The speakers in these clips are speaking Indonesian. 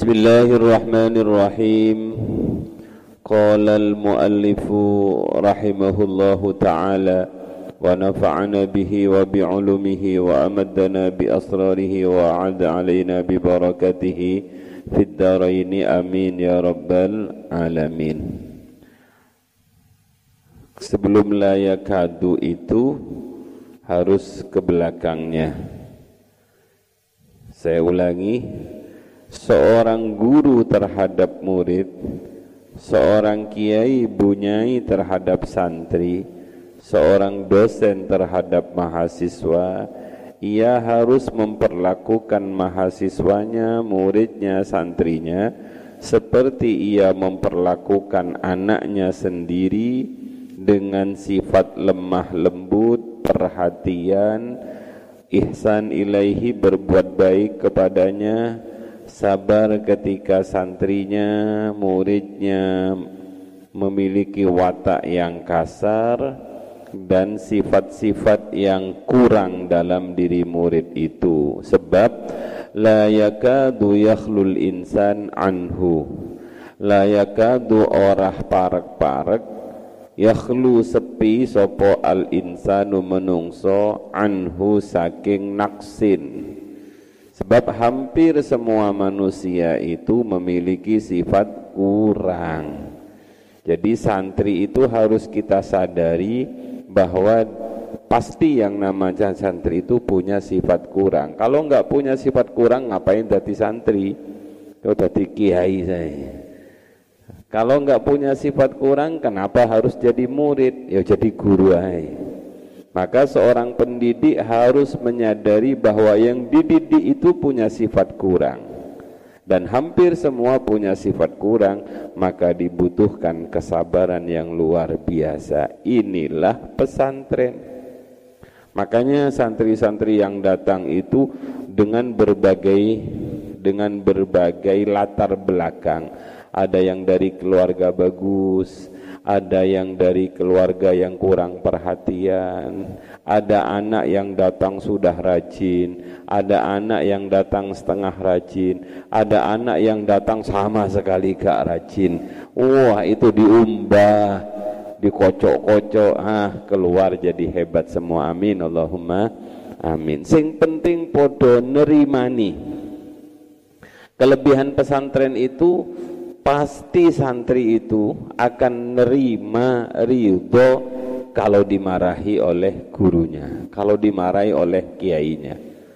Bismillahirrahmanirrahim. Qala al-muallifu rahimahullahu ta'ala wa nafa'ana bihi wa bi'ulumihi wa amaddana bi asrarihi wa a'adha alaina bi barakatihi fid daraini amin ya rabbal alamin. Sebelum la yakadu itu harus ke belakangnya. Saya ulangi, seorang guru terhadap murid, seorang kiai bunyai terhadap santri, seorang dosen terhadap mahasiswa, ia harus memperlakukan mahasiswanya, muridnya, santrinya seperti ia memperlakukan anaknya sendiri, dengan sifat lemah lembut, perhatian, ihsan ilaihi, berbuat baik kepadanya, sabar ketika santrinya, muridnya memiliki watak yang kasar dan sifat-sifat yang kurang dalam diri murid itu. Sebab la yakadu yakhlul insan anhu, la yakadu orah parek-parek, yakhlu sepi sopo al insanu menungso anhu saking naksin. Sebab hampir semua manusia itu memiliki sifat kurang. Jadi santri itu harus kita sadari bahwa pasti yang namanya santri itu punya sifat kurang. Kalau enggak punya sifat kurang, ngapain jadi santri? Kau jadi kiai saya. Kalau enggak punya sifat kurang, kenapa harus jadi murid? Ya jadi guru aja. Maka seorang pendidik harus menyadari bahwa yang dididik itu punya sifat kurang. Dan hampir semua punya sifat kurang, maka dibutuhkan kesabaran yang luar biasa. Inilah pesantren. Makanya santri-santri yang datang itu dengan berbagai latar belakang. Ada yang dari keluarga bagus, ada yang dari keluarga yang kurang perhatian, ada anak yang datang sudah rajin, ada anak yang datang setengah rajin, ada anak yang datang sama sekali gak rajin. Wah, itu diumbah, dikocok-kocok, keluar jadi hebat semua. Amin Allahumma amin. Sing penting podo nerimani. Kelebihan pesantren itu pasti santri itu akan nerima ridho kalau dimarahi oleh gurunya, kalau dimarahi oleh kiainya.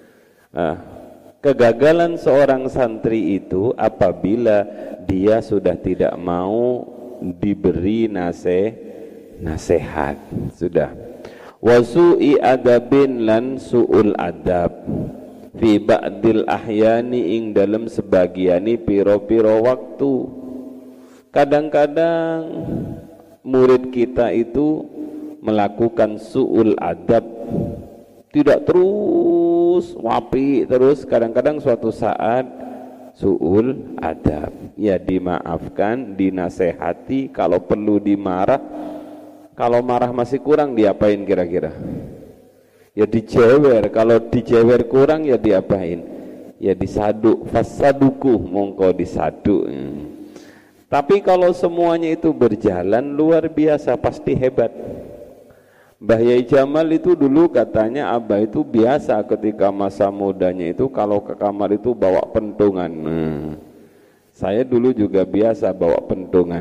Kegagalan seorang santri itu apabila dia sudah tidak mau diberi nasihat. Sudah. Wasu'i adabin lan su'ul adab fi ba'dil ahyani ing dalam sebagiani piro-piro waktu. Kadang-kadang murid kita itu melakukan su'ul adab, tidak terus wapi terus, kadang-kadang suatu saat su'ul adab. Ya dimaafkan, dinasehati, kalau perlu dimarah. Kalau marah masih kurang diapain kira-kira? Ya dijewer, kalau dijewer kurang ya diapain? Ya disaduk, fasaduku, mongko disaduk. Tapi kalau semuanya itu berjalan luar biasa, pasti hebat. Mbah Yai Jamal itu dulu katanya Abah itu biasa ketika masa mudanya itu kalau ke kamar itu bawa pentungan. Saya dulu juga biasa bawa pentungan.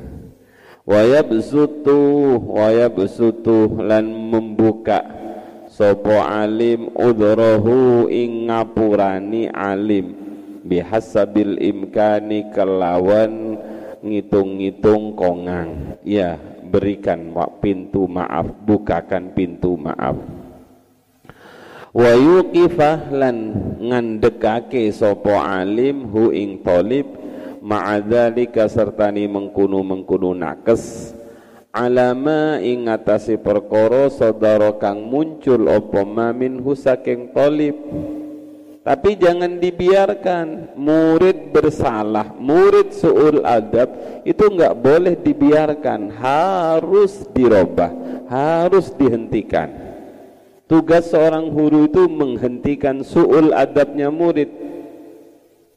Wayabsutu lan membuka sopo alim udhrahu ing ngapurani alim bihasabil imkani kelawan ngitung-ngitung kongang. Ya, berikan pintu maaf, bukakan pintu maaf. Wa yuqifah lan ngandekake sopo alim hu ing thalib ma'adzalika sertani mengkunu nakes alama ing ngatasi perkara sadara kang muncul apa minhu saking thalib. Tapi jangan dibiarkan murid bersalah, murid su'ul adab itu enggak boleh dibiarkan, harus dirubah, harus dihentikan. Tugas seorang guru itu menghentikan su'ul adabnya murid.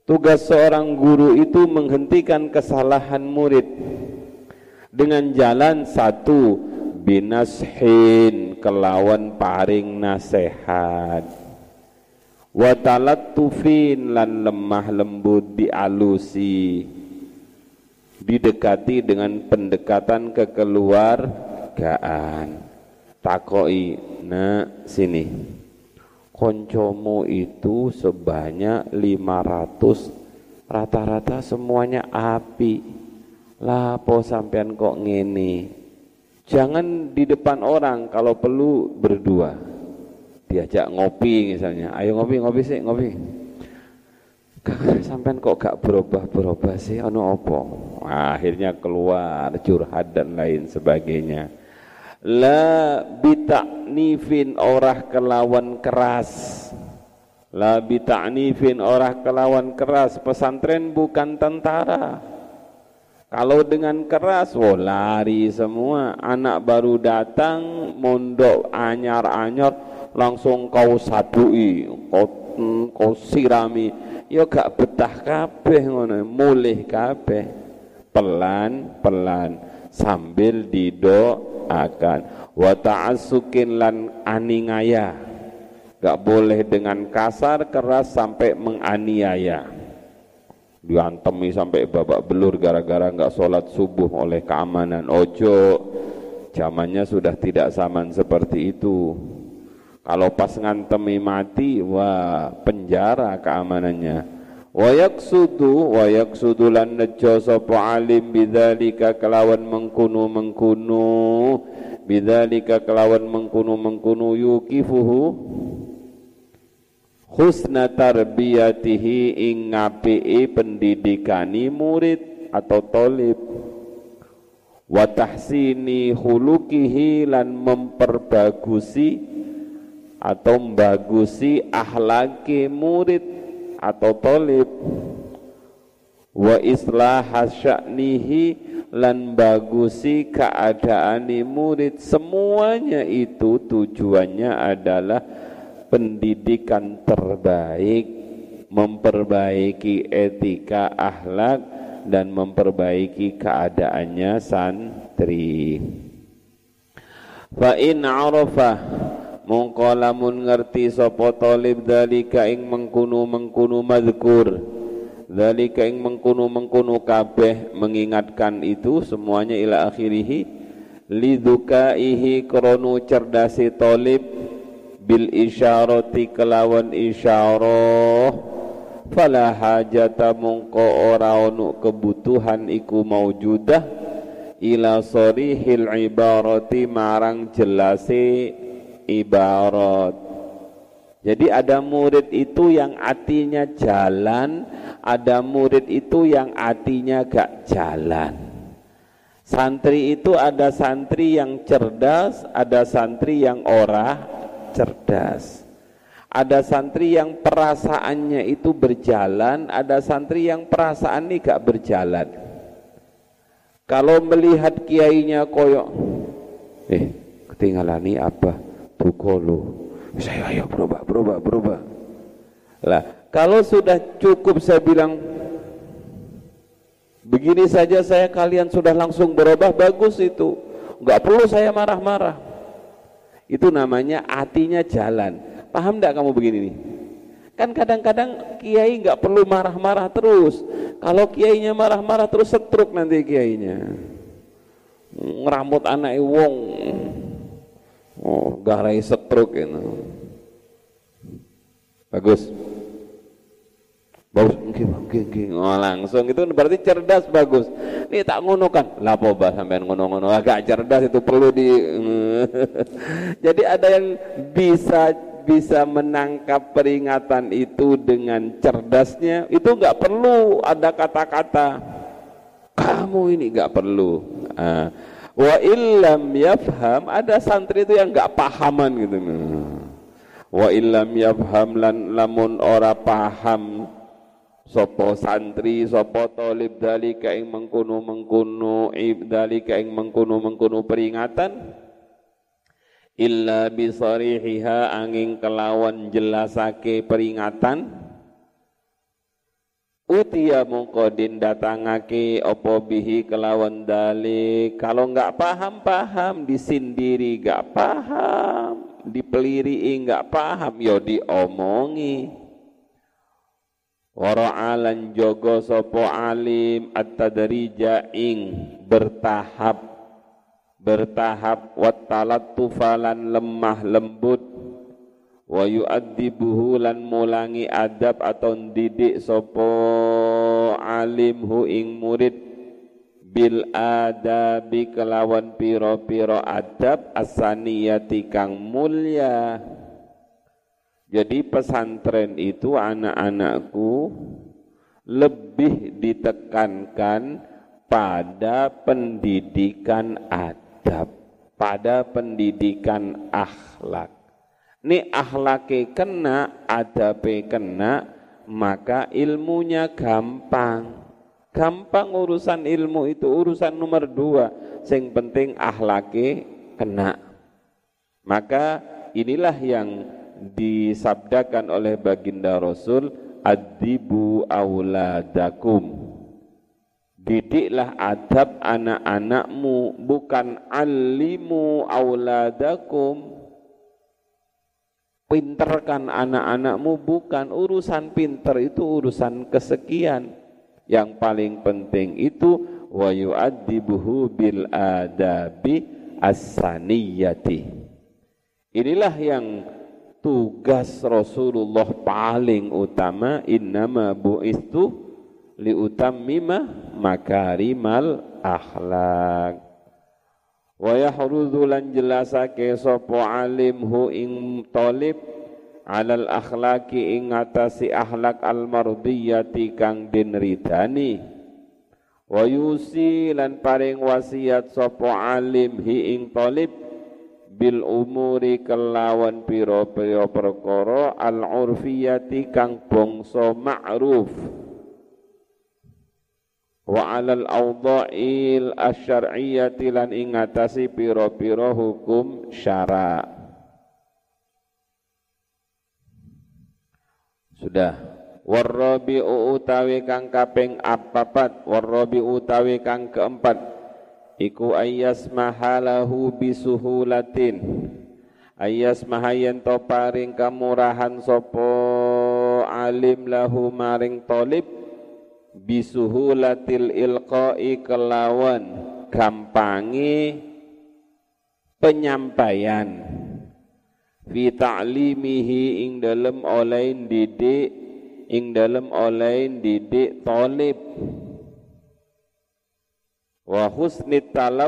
Tugas seorang guru itu menghentikan kesalahan murid dengan jalan satu, binashin, kelawan paring nasihat, wa talattufin, lan lemah lembut dialusi, didekati dengan pendekatan kekeluargaan. Takoi, nah sini, koncomu itu sebanyak 500, rata-rata semuanya api. Lapo sampean kok ngene? Jangan di depan orang, kalau perlu berdua. Diajak ngopi misalnya, ayo ngopi sih, ngopi. Sampean kok gak berubah sih, ono opo? Akhirnya keluar curhat dan lain sebagainya. La bita'nifin, orah kelawan keras. La bita'nifin, orah kelawan keras. Pesantren bukan tentara. Kalau dengan keras, lari semua. Anak baru datang, mondok anyar-anyar, langsung kau sadui, kau sirami. Ya gak betah kabeh ngono, mulih kabeh. Pelan-pelan sambil didoakan. Wa ta'assukin, lan aningaya. Gak boleh dengan kasar, keras sampai menganiaya. Diantemi sampai babak belur gara-gara gak sholat subuh oleh keamanan. Ojo, zamannya sudah tidak zaman seperti itu. Kalau pas ngantemi mati, wah penjara keamanannya. Wa yaksudu lan nejo sapa alim bidzalika kelawan mengkunu bidzalika kelawan mengkunu yukifuhu husna tarbiyatihi, ing ngapii pendidikani murid atau tolib, wa tahsini khuluqihi, lan memperbagusi atau membagusi akhlaki murid atau tolib, wa islah sya'nihi, lan bagusi keadaani murid. Semuanya itu tujuannya adalah pendidikan terbaik, memperbaiki etika akhlak dan memperbaiki keadaannya santri. Fa in arafah, mongko lamun ngerti sapa talib dalika ing mengkunu mazkur, dalika ing mengkunu kabeh, mengingatkan itu semuanya ila akhirih, lidukaihi, kronu cerdasi talib, bil isyarati, kelawan isyarah, fala hajata, mongko ora ono kebutuhan iku maujudah, ila sarihil ibarati, marang jelase ibarat. Jadi ada murid itu yang artinya jalan, ada murid itu yang artinya gak jalan. Santri itu ada santri yang cerdas, ada santri yang ora cerdas. Ada santri yang perasaannya itu berjalan, ada santri yang perasaan ini gak berjalan. Kalau melihat kiainya koyok, ketinggalan nih apa? Bukolo, saya ayo berubah. Lah, kalau sudah cukup saya bilang begini saja, saya kalian sudah langsung berubah, bagus itu, nggak perlu saya marah-marah. Itu namanya hatinya jalan. Paham enggak kamu begini nih? Kan kadang-kadang kiai nggak perlu marah-marah terus. Kalau kiainya marah-marah terus, setruk nanti kiainya, ngeramut anak wong. Garai setruk itu. Bagus. Langsung itu berarti cerdas, bagus. Ini tak ngono kan? Lapo bah sampean ngono-ngono, agak cerdas itu perlu di. Jadi ada yang bisa menangkap peringatan itu dengan cerdasnya. Itu enggak perlu ada kata-kata kamu ini, enggak perlu. Wa illam yafham, ada santri itu yang enggak pahaman gitu. Wa illam yafham, lan lamun ora paham sapa santri, sapa talib dalika ing mengkono dalika ing mengkono peringatan, illa bisarihiha, angin kelawan jelasake peringatan, Utia mungkodin datangake opo bihi kelawan dalik. Kalau nggak paham disindiri, nggak paham dipeliri, nggak paham yo diomongi. Wara'alan jogo sopo alim at-tadrija ing bertahap wattalattufalan lemah lembut wa yu'addibuhu lan mulangi adab atau didik sopo alim hu ing murid bil adabi kelawan piro-piro adab asaniyati kang mulya. Jadi pesantren itu anak-anakku lebih ditekankan pada pendidikan adab, pada pendidikan akhlak. Ini akhlaknya kena, adabnya kena, maka ilmunya gampang. Gampang urusan ilmu itu urusan nomor 2. Yang penting akhlaknya kena. Maka inilah yang disabdakan oleh baginda Rasul, adibu auladakum. Didiklah adab anak-anakmu, bukan alimu auladakum. Pinterkan anak-anakmu, bukan. Urusan pinter itu urusan kesekian. Yang paling penting itu wa yu'addibuhu bil adabi as-saniyati. Inilah yang tugas Rasulullah paling utama, innama bu'istu liutammima makarimal akhlak. Wa yahrudhu lan jelasake sapa alim hu ing talib alal akhlaki ing atasi akhlak al mardiyati kang den ridani. Wa yusi lan paring wasiat sapa alim hi ing talib bil umuri kelawan pira-pira perkara al urfiyati kang bangsa ma'ruf wa alal awdha'il asyar'iyyati lan ing ngatasi pira-pira hukum syara. Sudah. Warrabi'u utawi kang kaping 4, warrabi'u utawi kang keempat iku ayyasmahalahu bisuhulatin, ayyasmahayen to paring kamurahan sopo alim lahu maring tolib bisuhulatil ilqai kelawan gampangi penyampaian fi ta'limihi ing dalem oleh didik, ing dalem oleh didik tolib wa husni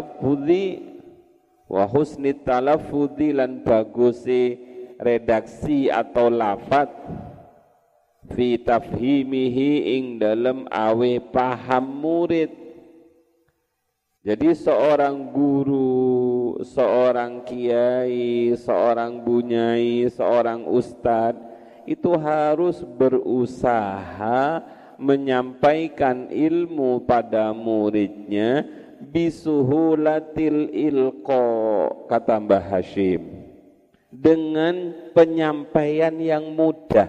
talaffudzi lan bagusi redaksi atau lafat fi tafhimihi ing dalem awe paham murid. Jadi seorang guru, seorang kiai, seorang bunyai, seorang ustadz itu harus berusaha menyampaikan ilmu pada muridnya bisuhulatil ilqa, kata Mbah Hashim, dengan penyampaian yang mudah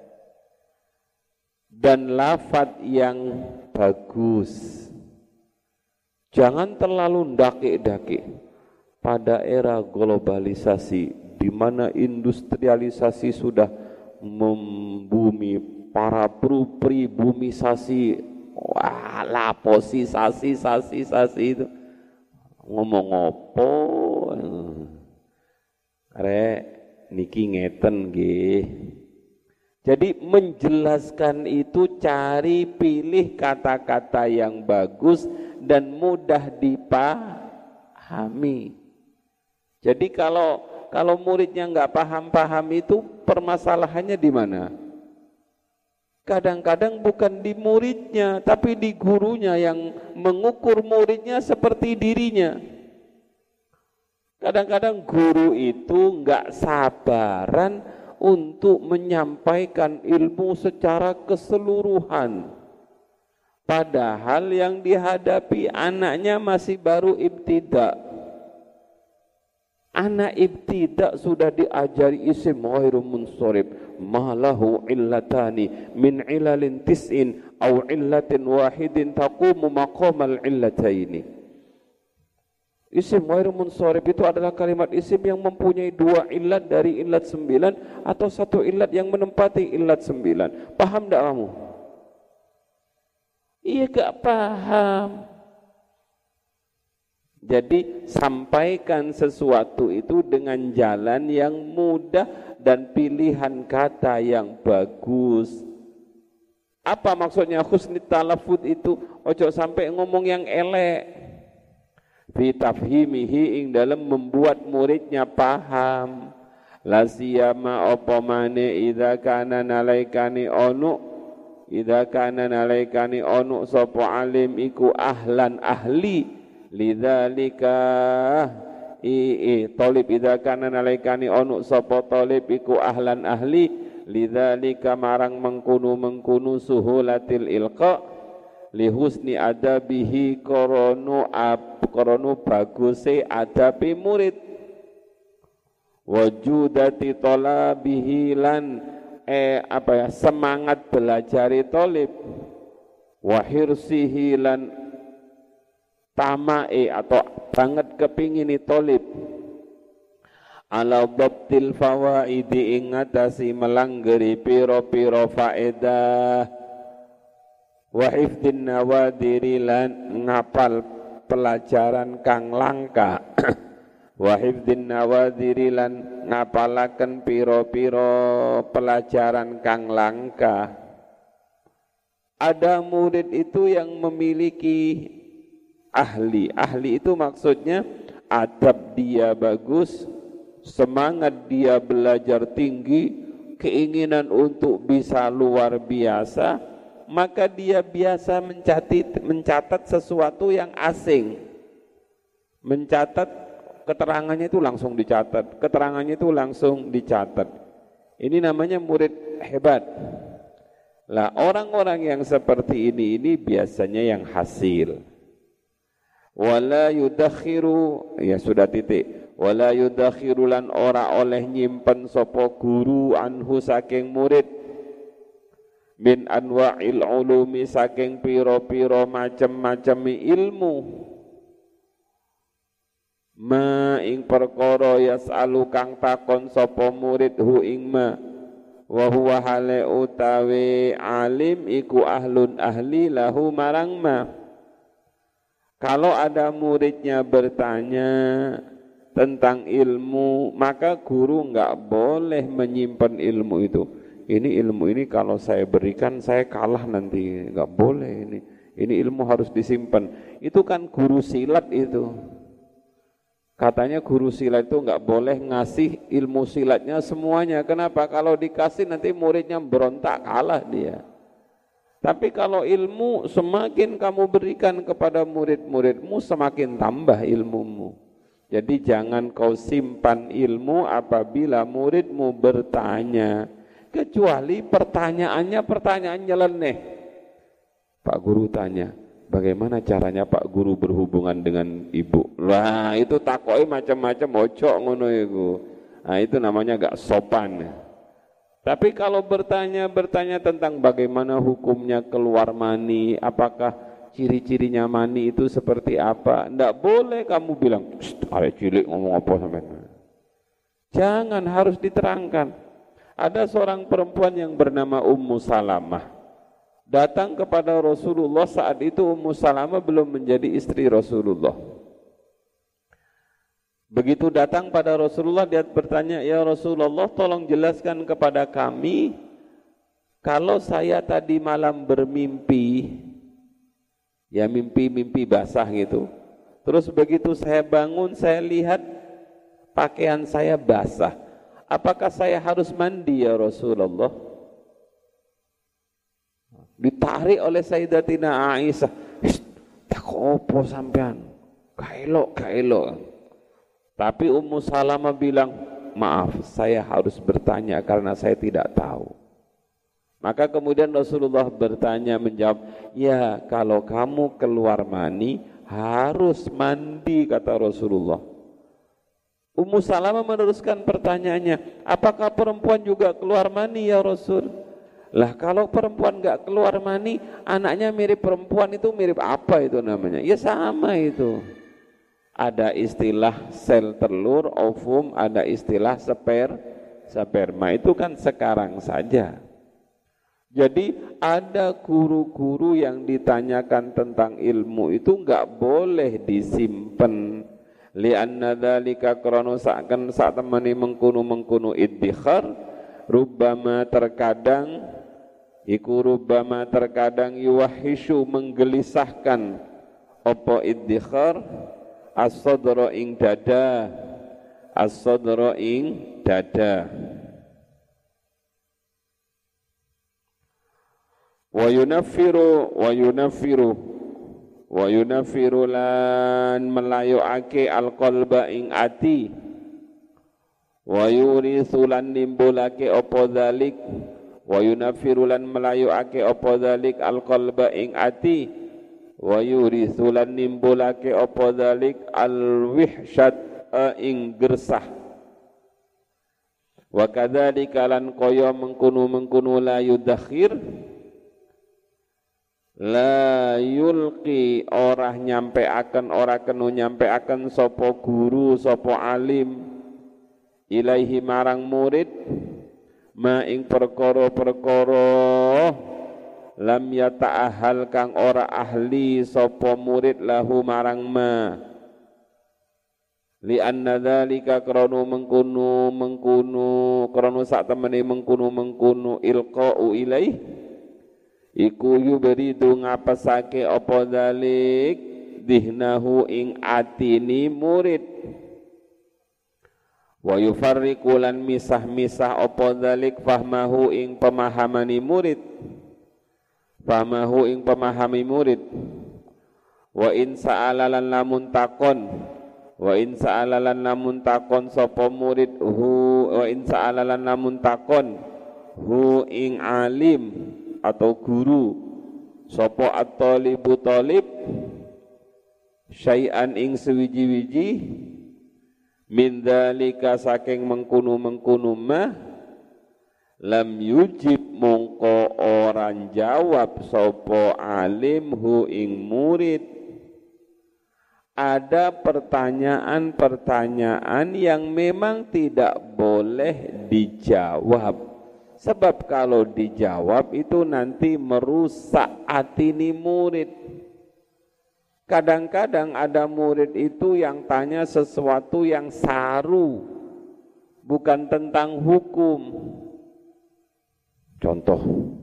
dan lafaz yang bagus. Jangan terlalu ndaki-ndaki. Pada era globalisasi di mana industrialisasi sudah membumi, para pribumisasi, wah laposisasi itu ngomong apa rek niki ngeten nggih. Jadi menjelaskan itu cari pilih kata-kata yang bagus dan mudah dipahami. Jadi kalau muridnya nggak paham itu permasalahannya di mana? Kadang-kadang bukan di muridnya, tapi di gurunya yang mengukur muridnya seperti dirinya. Kadang-kadang guru itu nggak sabaran untuk menyampaikan ilmu secara keseluruhan. Padahal yang dihadapi anaknya masih baru ibtidak. Anak ibtidak sudah diajari isim ghairu munsharif, malahu illatani min ilalin tis'in aw illatin wahidin taqumu maqamal illataini. Isim ghairu munsharif itu adalah kalimat isim yang mempunyai dua illat dari illat 9 atau satu illat yang menempati illat 9. Paham tak kamu? Iya, gak paham. Jadi sampaikan sesuatu itu dengan jalan yang mudah dan pilihan kata yang bagus. Apa maksudnya husni talafud itu? Ojo sampai ngomong yang elek. Fi tafhimihi, ing dalam membuat muridnya paham. La siyama apa mane idza kana nalaikani onu sapa alim iku ahlan ahli lidzalika talib idza kana nalaikani onu sapa talib iku ahlan ahli lidzalika marang mengkunu suhulatil ilqa li husni adabihi koronu baguse adabi murid wajudati talabihi lan semangat belajari talib wa hirsihi lan tamae atau banget kepingini talib ala dhabtil fawaidi ing ngatasi melanggeri pira-pira faedah wa hifdin nawadiri lan ngapal pelajaran kang langka wa hifdin nawadiri lan ngapalaken pira-pira pelajaran kang langka. Ada murid itu yang memiliki ahli itu maksudnya adab dia bagus, semangat dia belajar tinggi, keinginan untuk bisa luar biasa, maka dia biasa mencatat sesuatu yang asing. Mencatat keterangannya itu langsung dicatat, Ini namanya murid hebat. Lah orang-orang yang seperti ini biasanya yang hasil. Wala yudakhiru, ya sudah titik. Wala yudakhiru lan ora oleh nyimpen sapa guru anhu saking murid min anwa'il ulumi saking pira-pira macam-macam ilmu ma ing perkara yasalu kang takon sapa murid hu ing ma wa huwa hale utawi alim iku ahlun ahli lahu marang ma. Kalau ada muridnya bertanya tentang ilmu, maka guru enggak boleh menyimpan ilmu itu. Ini ilmu ini kalau saya berikan saya kalah nanti, enggak boleh ini. Ini ilmu harus disimpan. Itu kan guru silat itu. Katanya guru silat itu enggak boleh ngasih ilmu silatnya semuanya. Kenapa? Kalau dikasih nanti muridnya berontak, kalah dia. Tapi kalau ilmu semakin kamu berikan kepada murid-muridmu semakin tambah ilmumu. Jadi jangan kau simpan ilmu apabila muridmu bertanya. Kecuali pertanyaannya pertanyaan nyeleneh. Pak Guru tanya, bagaimana caranya Pak Guru berhubungan dengan ibu? Wah itu takoi macam-macam, ojo ngono iku. Nah itu namanya gak sopan. Tapi kalau bertanya tentang bagaimana hukumnya keluar mani, apakah ciri-cirinya mani itu seperti apa, ndak boleh kamu bilang, arek cilik ngomong apa sampean. Jangan, harus diterangkan. Ada seorang perempuan yang bernama Ummu Salamah datang kepada Rasulullah. Saat itu Ummu Salamah belum menjadi istri Rasulullah. Begitu datang pada Rasulullah, dia bertanya, ya Rasulullah tolong jelaskan kepada kami, kalau saya tadi malam bermimpi, ya mimpi basah gitu, terus begitu saya bangun saya lihat pakaian saya basah, apakah saya harus mandi ya Rasulullah? Ditarik oleh Sayyidatina Aisyah, tak opo sampean, gak elok. Tapi Ummu Salamah bilang, maaf saya harus bertanya karena saya tidak tahu. Maka kemudian Rasulullah menjawab, ya kalau kamu keluar mani harus mandi, kata Rasulullah. Ummu Salamah meneruskan pertanyaannya, apakah perempuan juga keluar mani ya Rasul? Lah kalau perempuan enggak keluar mani, anaknya mirip perempuan itu mirip apa itu namanya? Ya sama itu. Ada istilah sel telur, ovum, ada istilah sperma. Itu kan sekarang saja. Jadi ada guru-guru yang ditanyakan tentang ilmu itu enggak boleh disimpan. Li'anna dzalika krana saken sak temene mengkono iddikhar rubbama terkadang yuwahishu menggelisahkan apa iddikhar as-sadra ing dada wa yunaffiru lan melayuake alqalba ing ati wa yurithu lan nimbulake apa dzalik wa yunaffiru lan melayuake apa dzalik alqalba ing ati wa yurithu lan nimbulake apa dzalik alwihsyat ing gersah wa kadzalika lan kaya mengkono la yudakhir la yulqi ora kenu nyampeaken sapa guru sapa alim ilaihi marang murid ma ing perkara-perkara lam yata'ahal kang ora ahli sapa murid lahu marang ma li anna dzalika krana mengkono krana sak temene mengkono ilqa'u ilaihi iku yuberidu ngapesake apa dzalik dihnahu ing atini murid wa yufarriqu lan misah-misah apa dzalik fahmahu ing pemahami murid wa in sa'alalan lamun takon sapa murid hu ing alim atau guru sapa at-talibu talib syai'an ing sewiji-wiji min dzalika saking mengkono mah lam yujib mongko orang jawab sapa alim hu ing murid. Ada pertanyaan-pertanyaan yang memang tidak boleh dijawab. Sebab kalau dijawab itu nanti merusak atini murid. Kadang-kadang ada murid itu yang tanya sesuatu yang saru, bukan tentang hukum. Contoh,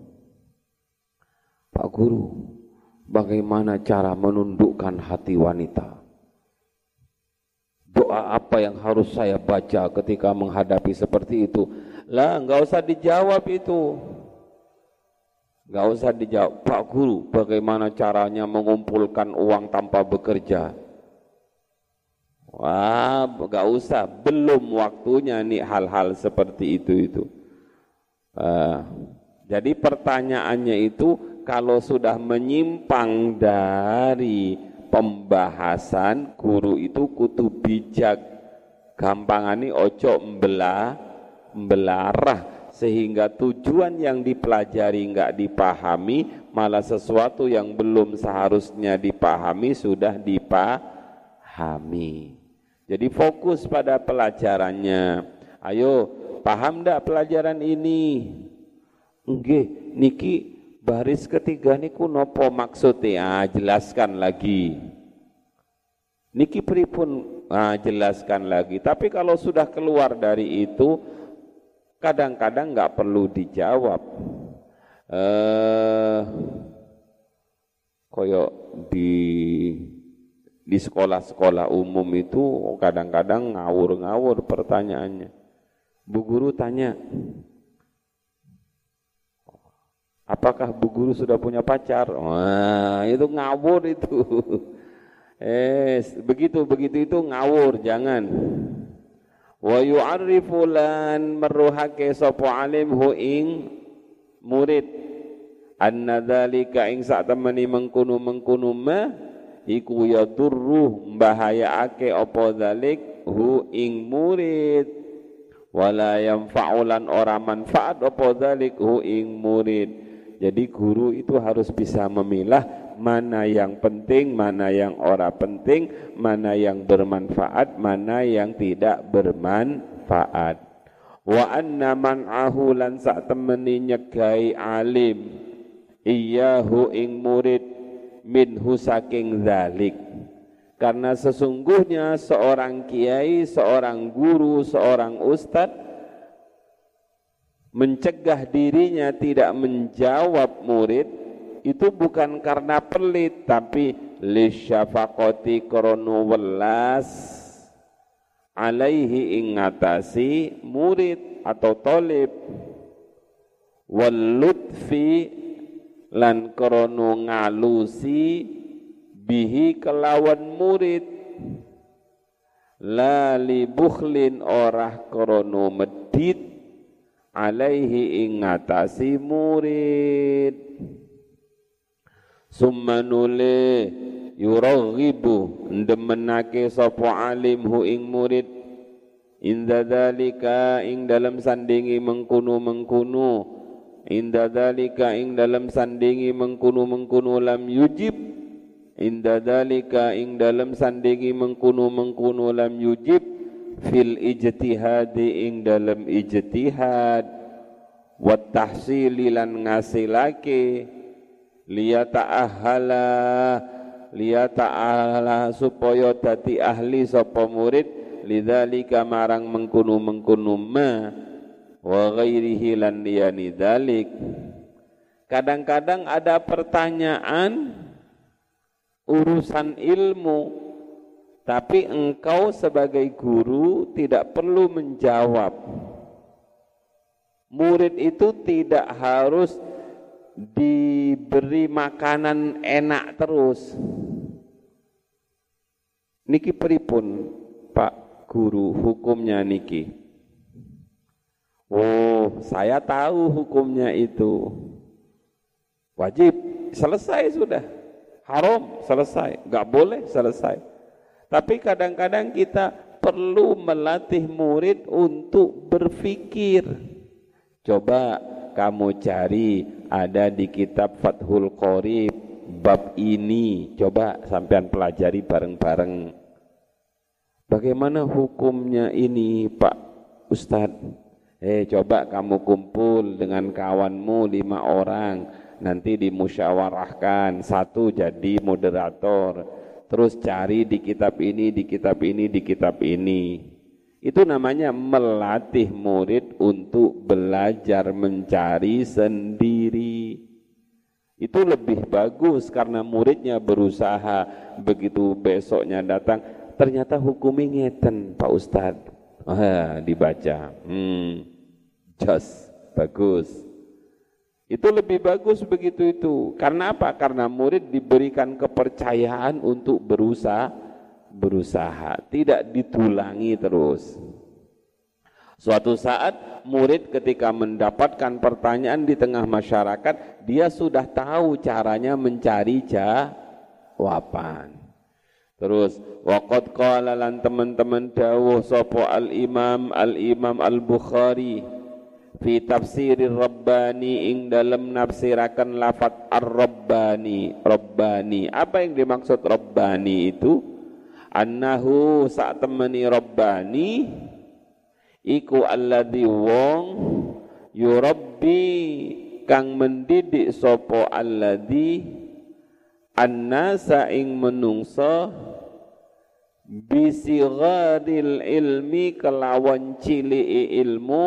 Pak Guru, bagaimana cara menundukkan hati wanita? Doa apa yang harus saya baca ketika menghadapi seperti itu? Lah, enggak usah dijawab itu. Enggak usah dijawab. Pak Guru, bagaimana caranya mengumpulkan uang tanpa bekerja? Wah, enggak usah. Belum waktunya nih hal-hal seperti itu. Jadi pertanyaannya itu kalau sudah menyimpang dari pembahasan, guru itu kudu bijak. Gampangane ojo belarah sehingga tujuan yang dipelajari enggak dipahami, malah sesuatu yang belum seharusnya dipahami sudah dipahami. Jadi fokus pada pelajarannya. Ayo, paham enggak pelajaran ini? Nggih, niki baris ketiga niku nopo maksudnya? Jelaskan lagi. Niki pripun? Jelaskan lagi. Tapi kalau sudah keluar dari itu, kadang-kadang nggak perlu dijawab. Koyok di sekolah-sekolah umum itu kadang-kadang ngawur-ngawur pertanyaannya. Bu guru tanya, apakah bu guru sudah punya pacar? Wah, itu ngawur itu. Begitu itu ngawur, jangan. Wa yu'arrifu lan meruhake sapa alim hu ing murid anna dzalika ing sak temeni mengkono ma iku yadurru mbahayaake apa dzalik hu ing murid wala yanfa'ulan ora manfaat apa dzalik hu ing murid. Jadi guru itu harus bisa memilah mana yang penting, mana yang ora penting, mana yang bermanfaat, mana yang tidak bermanfaat. Wa anna man'ahu lan sak temeni nyegai alim iyahu ing murid minhu saking dzalik. Karena sesungguhnya seorang kiai, seorang guru, seorang ustadz mencegah dirinya tidak menjawab murid itu bukan karena pelit, tapi lisyafaqati krono welas alaihi ing ngatasi murid atau tolib, wal lutfi lan krono ngalusi bihi kelawan murid, la li bukhlin orah krono medit alaihi ing ngatasi murid. Summa nule yuraghibu ndemenake sapa alim hu ing murid inda dzalika ing dalam sandingi mengkuno inda dzalika ing dalam sandingi mengkuno lam yujib inda dzalika ing dalam sandingi mengkuno lam yujib fil ijtihadi ing dalam ijtihad wa tahsili lan ngasilake liyata'ahala supaya dadi ahli sapa murid lidzalika marang mengkuno ma wa ghairihi lan liyani dzalik. Kadang-kadang ada pertanyaan urusan ilmu, tapi engkau sebagai guru tidak perlu menjawab. Murid itu tidak harus diberi makanan enak terus. Niki pripun Pak Guru hukumnya niki? Oh, saya tahu hukumnya itu. Wajib, selesai sudah. Haram, selesai. Enggak boleh, selesai. Tapi kadang-kadang kita perlu melatih murid untuk berpikir. Coba kamu cari, ada di kitab Fathul Qorib bab ini, coba sampean pelajari bareng-bareng. Bagaimana hukumnya ini Pak Ustadz? Coba kamu kumpul dengan kawanmu 5 orang, nanti dimusyawarahkan, 1 jadi moderator, terus cari di kitab ini, di kitab ini, di kitab ini. Itu namanya melatih murid untuk belajar mencari sendiri. Itu lebih bagus karena muridnya berusaha, begitu besoknya datang, ternyata hukumnya ngeten Pak Ustadz. Dibaca. Jos, bagus. Itu lebih bagus begitu itu. Karena apa? Karena murid diberikan kepercayaan untuk berusaha, tidak ditulangi terus. Suatu saat murid ketika mendapatkan pertanyaan di tengah masyarakat, dia sudah tahu caranya mencari jawaban. Terus waqad qala lan teman-teman dawuh sapa al-Imam Al-Bukhari fi tafsirir Rabbani ing dalam nafsirakan lafaz ar-Rabbani. Rabbani, apa yang dimaksud Rabbani itu? Annahu sak temeni Rabbani iku alladzi wong yurabbi kang mendidik sapa alladzi annasa ing menungsa bisigharil ilmi kelawan ciliki ilmu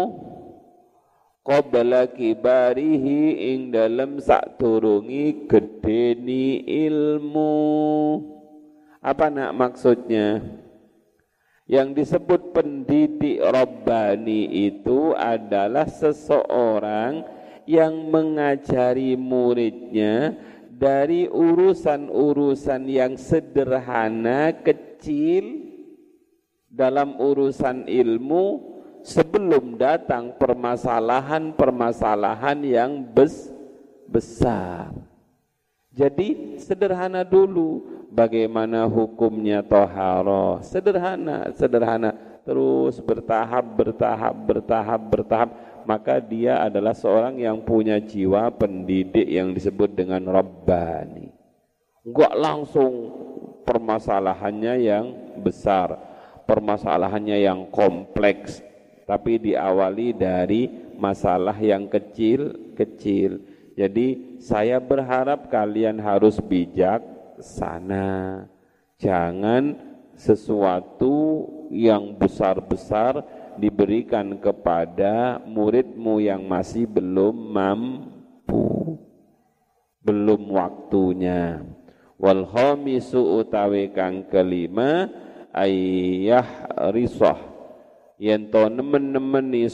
qabla kibarihi ing dalem sakdurungi gedeni ilmu. Apa nak maksudnya? Yang disebut pendidik Rabbani itu adalah seseorang yang mengajari muridnya dari urusan-urusan yang sederhana, kecil dalam urusan ilmu sebelum datang permasalahan-permasalahan yang besar. Jadi sederhana dulu. Bagaimana hukumnya toharoh? Sederhana. terus bertahap, maka dia adalah seorang yang punya jiwa pendidik yang disebut dengan Rabbani. Enggak langsung permasalahannya yang besar, permasalahannya yang kompleks, tapi diawali dari masalah yang kecil-kecil. Jadi saya berharap kalian harus bijaksana. Jangan sesuatu yang besar-besar diberikan kepada muridmu yang masih belum mampu, belum waktunya. Wal khamisu utawi kang kelima ayyah risah, yen to nemen-nemeni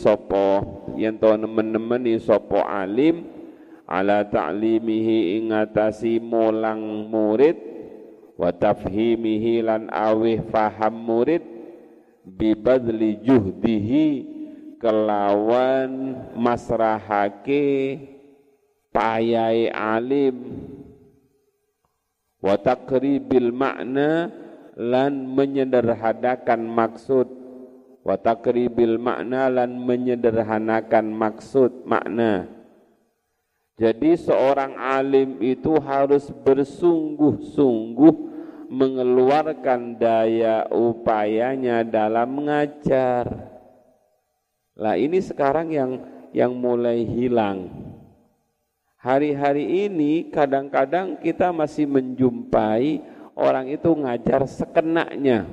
sapa alim ala ta'limihi ing ngatasi mulang murid wa tafhimihi lan awih faham murid bibadli juhdihi kelawan masrahake payai alim wa taqribil makna lan menyederhanakan maksud wa taqribil makna lan menyederhanakan maksud makna. Jadi seorang alim itu harus bersungguh-sungguh mengeluarkan daya upayanya dalam mengajar. Lah ini sekarang yang mulai hilang. Hari-hari ini kadang-kadang kita masih menjumpai orang itu ngajar sekenanya.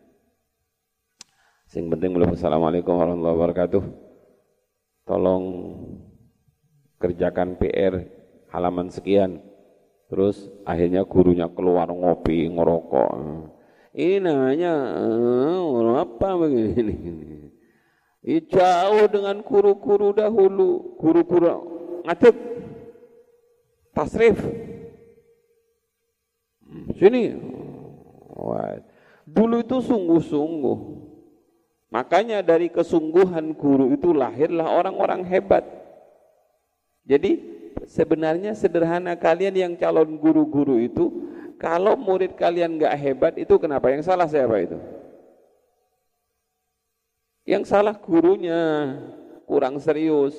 Sing penting mulai Assalamualaikum warahmatullahi wabarakatuh. Tolong kerjakan PR halaman sekian. Terus akhirnya gurunya keluar ngopi, ngerokok. Ini namanya apa begini? Jauh dengan guru-guru dahulu, guru-guru ngadeg, tasrif. Sini. Wah. Dulu itu sungguh-sungguh. Makanya dari kesungguhan guru itu lahirlah orang-orang hebat. Jadi sebenarnya sederhana, kalian yang calon guru-guru itu, kalau murid kalian enggak hebat itu kenapa? Yang salah siapa itu? Yang salah gurunya, kurang serius.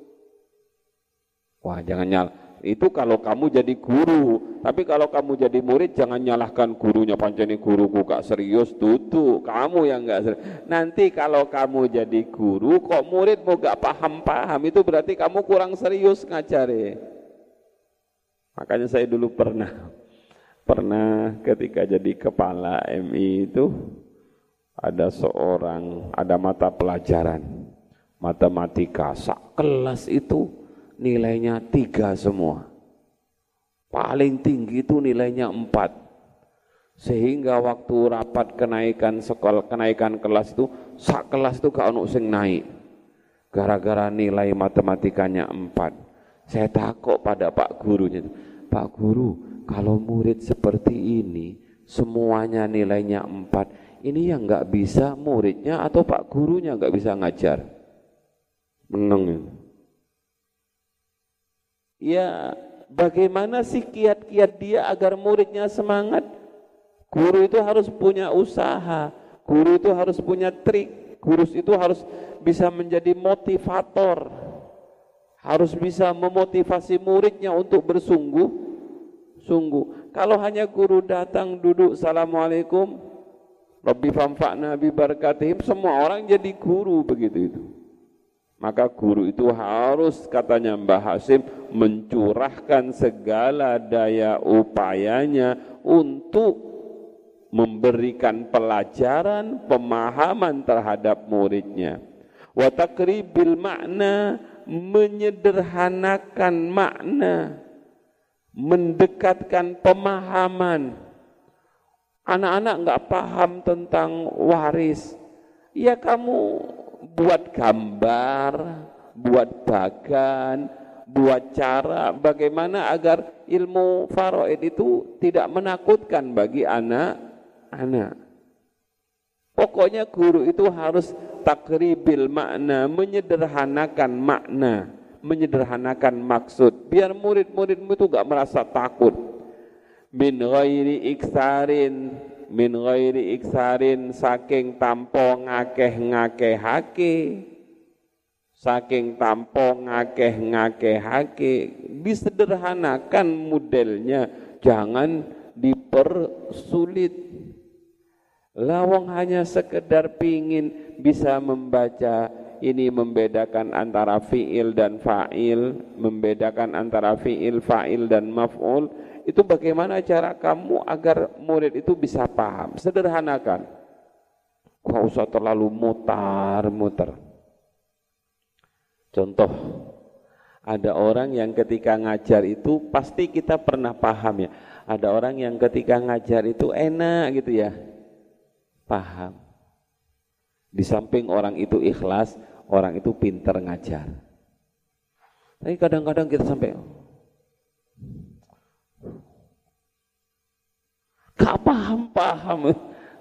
Wah, jangan nyala. Itu kalau kamu jadi guru, tapi kalau kamu jadi murid jangan nyalahkan gurunya, pancene guruku gak serius, tutu kamu yang gak serius. Nanti kalau kamu jadi guru kok muridmu gak paham-paham, itu berarti kamu kurang serius ngajari. Makanya saya dulu pernah ketika jadi kepala MI itu ada mata pelajaran matematika, sak kelas itu nilainya 3 semua. Paling tinggi itu nilainya 4. Sehingga waktu rapat kenaikan kelas itu, sak kelas itu gak ono sing naik. Gara-gara nilai matematikanya 4. Saya takut pada Pak Gurunya. Pak Guru, kalau murid seperti ini, semuanya nilainya 4, ini yang gak bisa muridnya atau Pak Gurunya gak bisa ngajar? Menang ya. Ya, bagaimana sih kiat-kiat dia agar muridnya semangat? Guru itu harus punya usaha, guru itu harus punya trik, guru itu harus bisa menjadi motivator, harus bisa memotivasi muridnya untuk bersungguh-sungguh. Kalau hanya guru datang duduk Assalamualaikum, Rabbi famfa'na bi barakatihim, semua orang jadi guru begitu itu. Maka guru itu harus, katanya Mbah Hasim, mencurahkan segala daya upayanya untuk memberikan pelajaran, pemahaman terhadap muridnya. Wa taqribil makna, menyederhanakan makna, mendekatkan pemahaman. Anak-anak enggak paham tentang waris, ya kamu buat gambar, buat bagan, buat cara bagaimana agar ilmu faraid itu tidak menakutkan bagi anak-anak. Pokoknya guru itu harus takribil makna, menyederhanakan makna, menyederhanakan maksud, biar murid-muridmu itu gak merasa takut. min ghairi iksarin saking tanpa ngakeh-ngakehake, saking tanpa ngakeh-ngakehake, disederhanakan modelnya, jangan dipersulit. Lawang hanya sekedar pingin bisa membaca ini, membedakan antara fi'il dan fa'il, membedakan antara fi'il, fa'il dan maf'ul. Itu bagaimana cara kamu agar murid itu bisa paham? Sederhanakan. Gak usah terlalu mutar-mutar. Contoh, ada orang yang ketika ngajar itu pasti kita pernah paham ya. Ada orang yang ketika ngajar itu enak gitu ya, paham. Di samping orang itu ikhlas, orang itu pintar ngajar. Tapi kadang-kadang kita sampai gak paham-paham.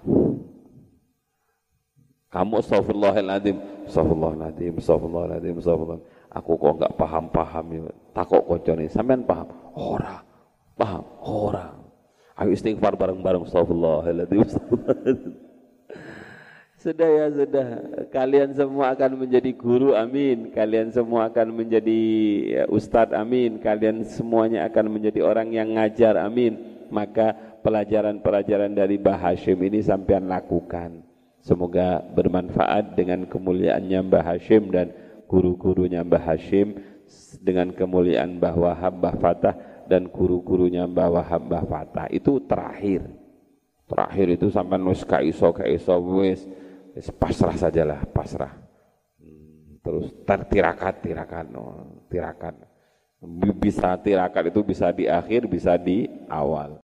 Kamu astagfirullahaladzim, astagfirullahaladzim, astagfirullahaladzim, astagfirullah. Aku kok gak paham-paham ya. Takok koncone, sampean paham? Ora. Paham? Ora. Ayo istighfar bareng-bareng, astagfirullahaladzim, astagfirullahaladzim. Sudah ya, sudah. Kalian semua akan menjadi guru, amin. Kalian semua akan menjadi ustadz, amin. Kalian semuanya akan menjadi orang yang ngajar, amin. Maka pelajaran-pelajaran dari Mbah Hashim ini sampean lakukan. Semoga bermanfaat dengan kemuliaannya Mbah Hashim dan guru-gurunya Mbah Hashim, dengan kemuliaan Mbah Wahab, Mbah Fatah dan guru-gurunya Mbah Wahab, Mbah Fatah. Itu terakhir. Terakhir itu sampean wis ka iso wis pasrah sajalah, pasrah. Terus tirakat. Bisa tirakat itu bisa di akhir, bisa di awal.